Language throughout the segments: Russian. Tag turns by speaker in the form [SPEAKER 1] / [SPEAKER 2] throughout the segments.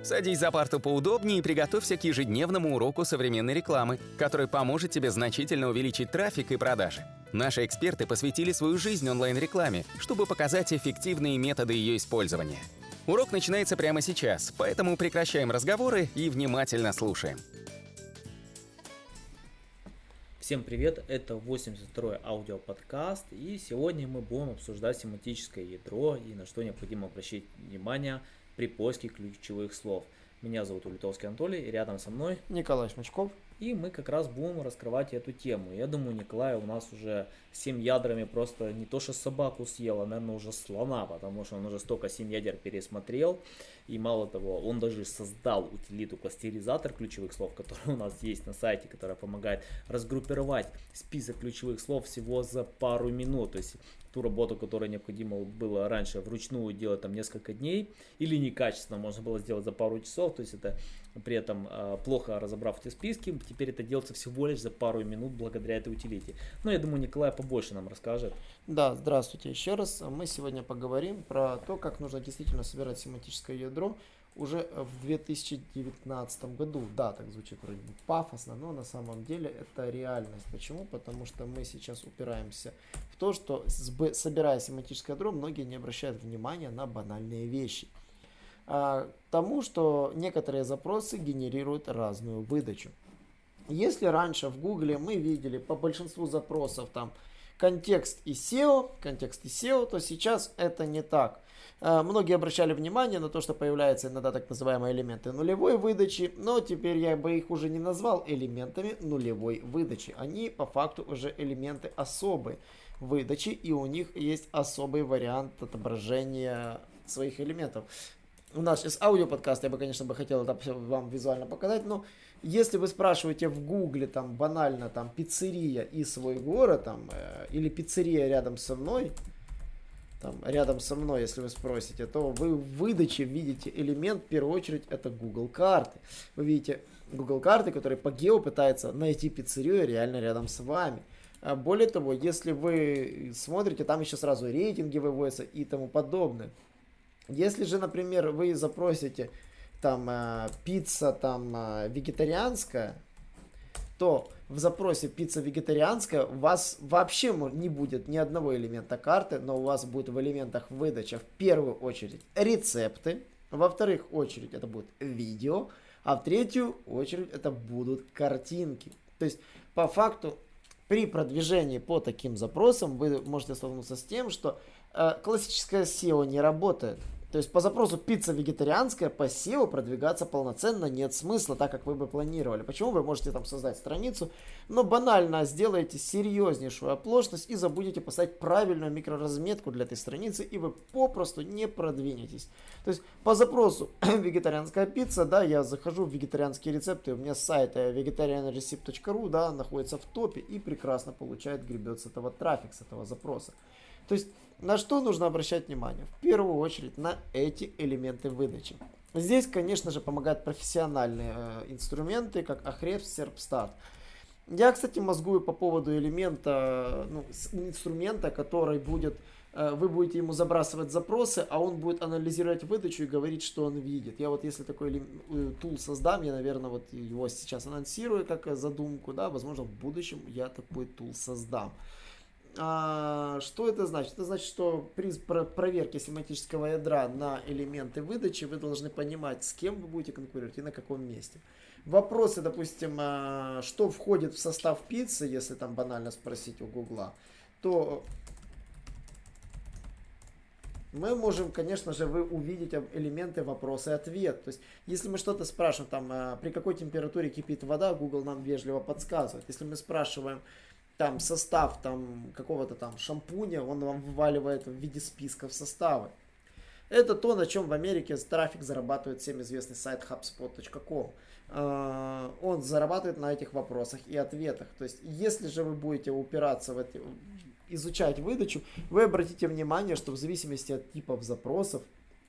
[SPEAKER 1] Садись за парту поудобнее и приготовься к ежедневному уроку современной рекламы, который поможет тебе значительно увеличить трафик и продажи. Наши эксперты посвятили свою жизнь онлайн-рекламе, чтобы показать эффективные методы ее использования. Урок начинается прямо сейчас, поэтому прекращаем разговоры и внимательно слушаем.
[SPEAKER 2] Всем привет, это 82-й аудиоподкаст, и сегодня мы будем обсуждать семантическое ядро и на что необходимо обращать внимание при поиске ключевых слов. Меня зовут Улитовский Анатолий, и рядом со мной
[SPEAKER 3] Николай Шмачков.
[SPEAKER 2] И мы как раз будем раскрывать эту тему. Я думаю, Николай у нас уже 7 ядрами просто не то что собаку съел, а, наверное, уже слона, потому что он уже столько 7 ядер пересмотрел. И мало того, он даже создал утилиту-кластеризатор ключевых слов, который у нас есть на сайте, которая помогает разгруппировать список ключевых слов всего за пару минут. То есть ту работу, которую необходимо было раньше вручную делать там несколько дней или некачественно можно было сделать за пару часов. То есть это при этом плохо разобрав эти списки, теперь это делается всего лишь за пару минут благодаря этой утилите. Но я думаю, Николай побольше нам расскажет.
[SPEAKER 3] Да, здравствуйте еще раз. Мы сегодня поговорим про то, как нужно действительно собирать семантическое ядро уже в 2019 году. Да, так звучит вроде бы пафосно, но на самом деле это реальность. Почему? Потому что мы сейчас упираемся в то, что собирая семантическое ядро, многие не обращают внимания на банальные вещи. Тому, что некоторые запросы генерируют разную выдачу. Если раньше в Гугле мы видели по большинству запросов там контекст и SEO, то сейчас это не так. Многие обращали внимание на то, что появляются иногда так называемые элементы нулевой выдачи, но теперь я бы их уже не назвал элементами нулевой выдачи. Они по факту уже элементы особой выдачи, и у них есть особый вариант отображения своих элементов. У нас сейчас аудиоподкаст, я бы, конечно, хотел это все вам визуально показать, но если вы спрашиваете в гугле там банально там пиццерия и свой город там, или пиццерия рядом со мной, если вы спросите, то вы в выдаче видите элемент, в первую очередь, это Google карты. Вы видите Google карты, которые по гео пытаются найти пиццерию реально рядом с вами. Более того, если вы смотрите, там еще сразу рейтинги выводятся и тому подобное. Если же, например, вы запросите там пицца там вегетарианская, то в запросе пицца вегетарианская у вас вообще не будет ни одного элемента карты, но у вас будет в элементах выдача в первую очередь рецепты, во вторых очередь это будет видео, а в третью очередь это будут картинки. То есть по факту при продвижении по таким запросам вы можете столкнуться с тем, что классическое SEO не работает. То есть по запросу пицца вегетарианская по SEO продвигаться полноценно нет смысла, так как вы бы планировали. Почему? Вы можете там создать страницу, но банально сделаете серьезнейшую оплошность и забудете поставить правильную микроразметку для этой страницы, и вы попросту не продвинетесь. То есть по запросу вегетарианская пицца, да, я захожу в вегетарианские рецепты, у меня сайт vegetarianrecipe.ru, да, находится в топе и прекрасно гребет с этого трафик, с этого запроса. То есть на что нужно обращать внимание? В первую очередь на эти элементы выдачи. Здесь, конечно же, помогают профессиональные инструменты, как Ahrefs, Serpstat. Я, кстати, мозгую по поводу элемента, инструмента, который будет, вы будете ему забрасывать запросы, а он будет анализировать выдачу и говорить, что он видит. Я вот если такой тул создам, я, наверное, вот его сейчас анонсирую как задумку, да, возможно, в будущем я такой тул создам. Что это значит? Это значит, что при проверке семантического ядра на элементы выдачи вы должны понимать, с кем вы будете конкурировать и на каком месте. Вопросы, допустим, что входит в состав пиццы, если там банально спросить у Гугла, то мы можем, конечно же, увидеть элементы вопроса и ответ. То есть, если мы что-то спрашиваем, там, при какой температуре кипит вода, Google нам вежливо подсказывает. Если мы спрашиваем там состав там какого-то там шампуня, он вам вываливает в виде списков составы. Это то, на чем в Америке трафик зарабатывает всем известный сайт HubSpot.com. Он зарабатывает на этих вопросах и ответах. То есть, если же вы будете упираться в эти, изучать выдачу, вы обратите внимание, что в зависимости от типов запросов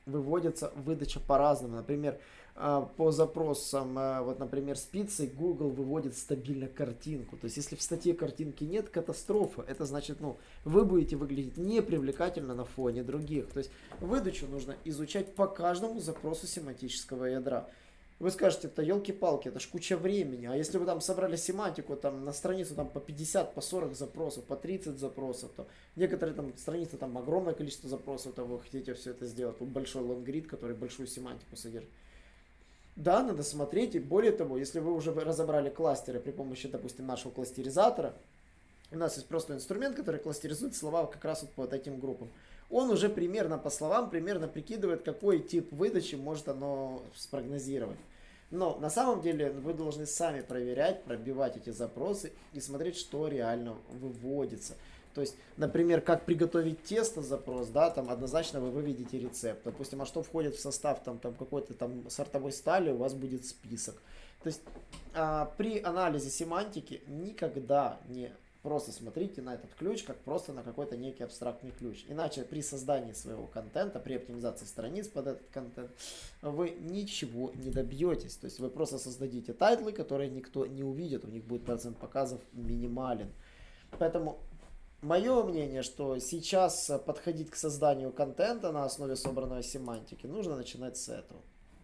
[SPEAKER 3] выводится выдача по-разному. Например, по запросам, вот, например, спицы, Google выводит стабильно картинку. То есть, если в статье картинки нет, катастрофа. Это значит, вы будете выглядеть непривлекательно на фоне других. То есть, выдачу нужно изучать по каждому запросу семантического ядра. Вы скажете, это елки-палки, это ж куча времени. А если вы там собрали семантику там, на страницу там, по 50, по 40 запросов, по 30 запросов, то некоторые там страницы, там огромное количество запросов, то вы хотите все это сделать. Тут большой лонгрид, который большую семантику содержит. Да, надо смотреть, и более того, если вы уже разобрали кластеры при помощи, допустим, нашего кластеризатора, у нас есть просто инструмент, который кластеризует слова как раз вот по вот этим группам. Он уже примерно по словам, примерно прикидывает, какой тип выдачи может оно спрогнозировать. Но на самом деле вы должны сами проверять, пробивать эти запросы и смотреть, что реально выводится. То есть, например, как приготовить тесто запрос, да, там однозначно вы выведете рецепт. Допустим, а что входит в состав там какой-то там сортовой стали, у вас будет список. То есть, при анализе семантики никогда не просто смотрите на этот ключ, как просто на какой-то некий абстрактный ключ. Иначе при создании своего контента, при оптимизации страниц под этот контент, вы ничего не добьетесь. То есть, вы просто создадите тайтлы, которые никто не увидит, у них будет процент показов минимален. Поэтому мое мнение, что сейчас подходить к созданию контента на основе собранной семантики нужно начинать с этого.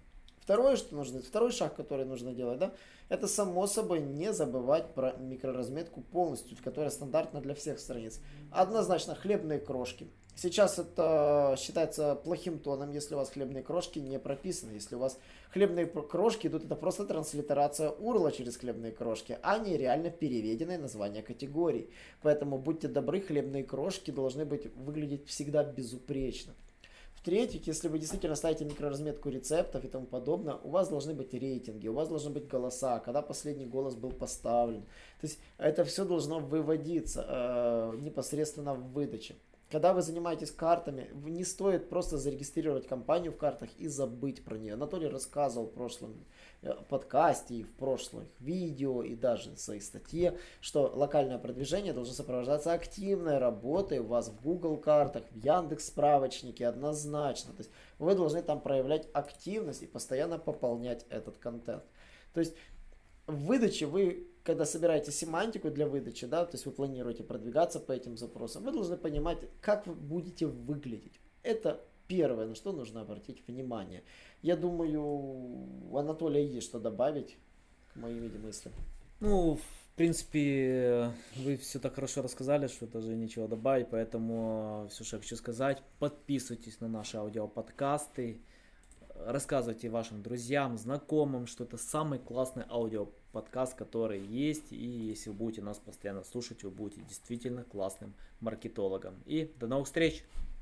[SPEAKER 3] Второй шаг, который нужно делать, да, это само собой не забывать про микроразметку полностью, которая стандартна для всех страниц. Однозначно хлебные крошки. Сейчас это считается плохим тоном, если у вас хлебные крошки не прописаны. Если у вас хлебные крошки идут, это просто транслитерация URL через хлебные крошки, а не реально переведенное название категорий. Поэтому будьте добры, хлебные крошки должны выглядеть всегда безупречно. В-третьих, если вы действительно ставите микроразметку рецептов и тому подобное, у вас должны быть рейтинги, у вас должны быть голоса, когда последний голос был поставлен. То есть это все должно выводиться непосредственно в выдаче. Когда вы занимаетесь картами, не стоит просто зарегистрировать компанию в картах и забыть про нее. Анатолий рассказывал в прошлом подкасте и в прошлых видео и даже в своей статье, что локальное продвижение должно сопровождаться активной работой у вас в Google картах, в Яндекс справочнике однозначно. То есть вы должны там проявлять активность и постоянно пополнять этот контент. То есть в выдаче вы, когда собираете семантику для выдачи, да, то есть вы планируете продвигаться по этим запросам, вы должны понимать, как вы будете выглядеть. Это первое, на что нужно обратить внимание. Я думаю, у Анатолия есть что добавить к моим мыслям.
[SPEAKER 2] В принципе, вы все так хорошо рассказали, что даже нечего добавить, поэтому все, что я хочу сказать, подписывайтесь на наши аудиоподкасты, рассказывайте вашим друзьям, знакомым, что это самый классный аудиоподкаст, который есть, и если вы будете нас постоянно слушать, вы будете действительно классным маркетологом. И до новых встреч!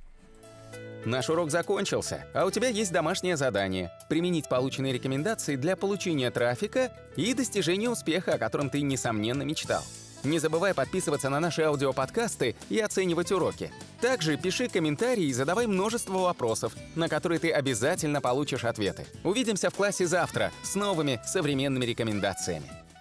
[SPEAKER 1] Наш урок закончился, а у тебя есть домашнее задание – применить полученные рекомендации для получения трафика и достижения успеха, о котором ты, несомненно, мечтал. Не забывай подписываться на наши аудиоподкасты и оценивать уроки. Также пиши комментарии и задавай множество вопросов, на которые ты обязательно получишь ответы. Увидимся в классе завтра с новыми современными рекомендациями.